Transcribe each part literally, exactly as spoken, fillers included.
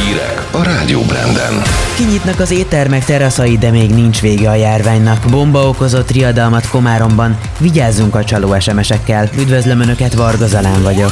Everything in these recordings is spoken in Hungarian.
Hírek a Rádió Branden. Kinyitnak az éttermek teraszai, de még nincs vége a járványnak. Bomba okozott riadalmat Komáromban. Vigyázzunk a csaló es em esekkel. Üdvözlöm Önöket, Varga Zalán vagyok.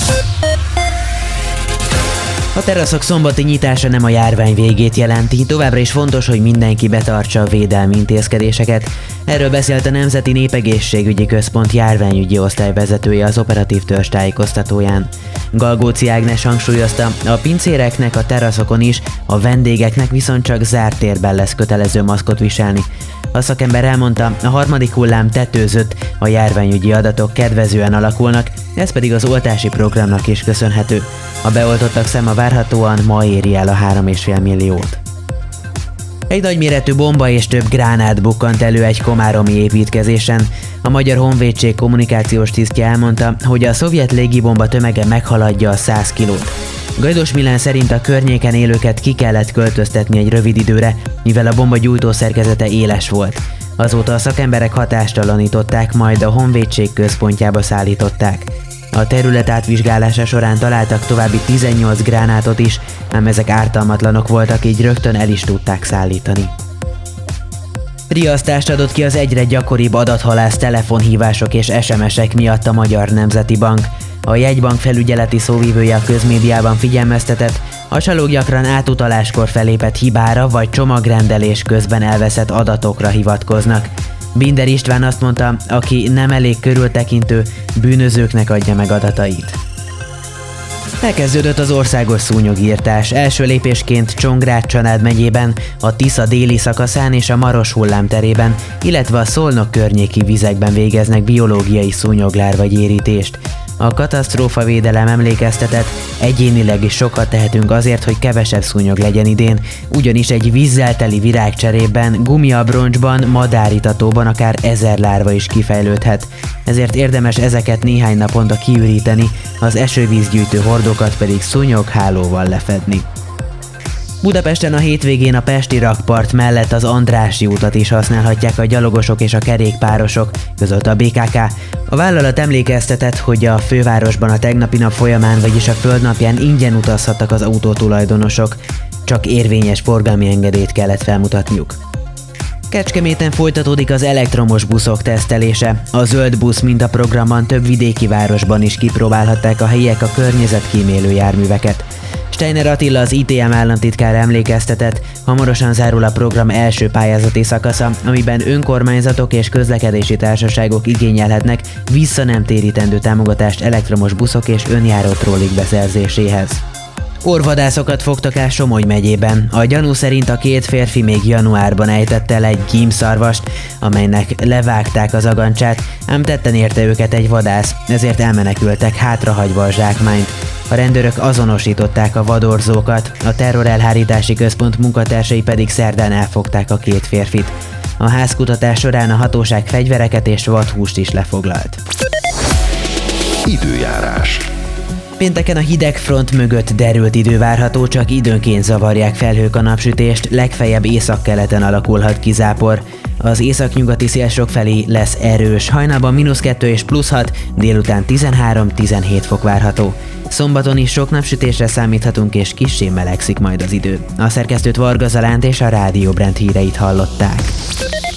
A teraszok szombati nyitása nem a járvány végét jelenti, továbbra is fontos, hogy mindenki betartsa a védelmi intézkedéseket. Erről beszélt a Nemzeti Népegészségügyi Központ járványügyi osztályvezetője az operatív törzs tájékoztatóján. Galgóci Ágnes hangsúlyozta, a pincéreknek a teraszokon is, a vendégeknek viszont csak zárt térben lesz kötelező maszkot viselni. A szakember elmondta, a harmadik hullám tetőzött, a járványügyi adatok kedvezően alakulnak, ez pedig az oltási programnak is köszönhető. A beoltottak száma várhatóan ma éri el a három egész öt milliót. Egy nagyméretű bomba és több gránát bukkant elő egy komáromi építkezésen. A Magyar Honvédség kommunikációs tisztje elmondta, hogy a szovjet légibomba tömege meghaladja a száz kilót. Gajdos Milán szerint a környéken élőket ki kellett költöztetni egy rövid időre, mivel a bomba gyújtó szerkezete éles volt. Azóta a szakemberek hatástalanították, majd a Honvédség központjába szállították. A terület átvizsgálása során találtak további tizennyolc gránátot is, ám ezek ártalmatlanok voltak, így rögtön el is tudták szállítani. Riasztást adott ki az egyre gyakoribb adathalász telefonhívások és es em esek miatt a Magyar Nemzeti Bank. A jegybank felügyeleti szóvivője a közmédiában figyelmeztetett, a csalók gyakran átutaláskor felépett hibára vagy csomagrendelés közben elveszett adatokra hivatkoznak. Binder István azt mondta, aki nem elég körültekintő, bűnözőknek adja meg adatait. Elkezdődött az országos szúnyogírtás. Első lépésként Csongrád-Csanád megyében, a Tisza déli szakaszán és a Maros hullám terében, illetve a Szolnok környéki vizekben végeznek biológiai szúnyoglárva gyérítést. A katasztrófavédelem emlékeztetett, egyénileg is sokat tehetünk azért, hogy kevesebb szúnyog legyen idén, ugyanis egy vízzel teli virágcserében, gumiabroncsban, madáritatóban akár ezer lárva is kifejlődhet. Ezért érdemes ezeket néhány naponta kiüríteni, az esővízgyűjtő hordokat pedig szúnyoghálóval lefedni. Budapesten a hétvégén a pesti rakpart mellett az Andrássy utat is használhatják a gyalogosok és a kerékpárosok, közölte a bé ká ká. A vállalat emlékeztetett, hogy a fővárosban a tegnapi nap folyamán, vagyis a földnapján ingyen utazhattak az autótulajdonosok, csak érvényes forgalmi engedélyt kellett felmutatniuk. Kecskeméten folytatódik az elektromos buszok tesztelése. A zöld busz mintaprogramban több vidéki városban is kipróbálhatták a helyiek a környezetkímélő járműveket. Steiner Attila, az i té em államtitkár emlékeztetett, hamarosan zárul a program első pályázati szakasza, amiben önkormányzatok és közlekedési társaságok igényelhetnek vissza nem térítendő támogatást elektromos buszok és önjáró trollik beszerzéséhez. Orvadászokat fogtak el Somogy megyében. A gyanú szerint a két férfi még januárban ejtett el egy gímszarvast, amelynek levágták az agancsát, ám tetten érte őket egy vadász, ezért elmenekültek hátrahagyva a zsákmányt. A rendőrök azonosították a vadorzókat, a terrorelhárítási központ munkatársai pedig szerdán elfogták a két férfit. A házkutatás során a hatóság fegyvereket és vadhúst is lefoglalt. Időjárás. Pénteken a hideg front mögött derült idő várható, csak időnként zavarják felhők a napsütést, legfeljebb északkeleten alakulhat ki zápor. Az északnyugati szél sokfelé lesz erős, hajnalban mínusz kettő és plusz hat, délután tizenhárom-tizenhét fok várható. Szombaton is sok napsütésre számíthatunk, és kissé melegszik majd az idő. A szerkesztőt, Varga Zalánt és a Rádió Brand híreit hallották.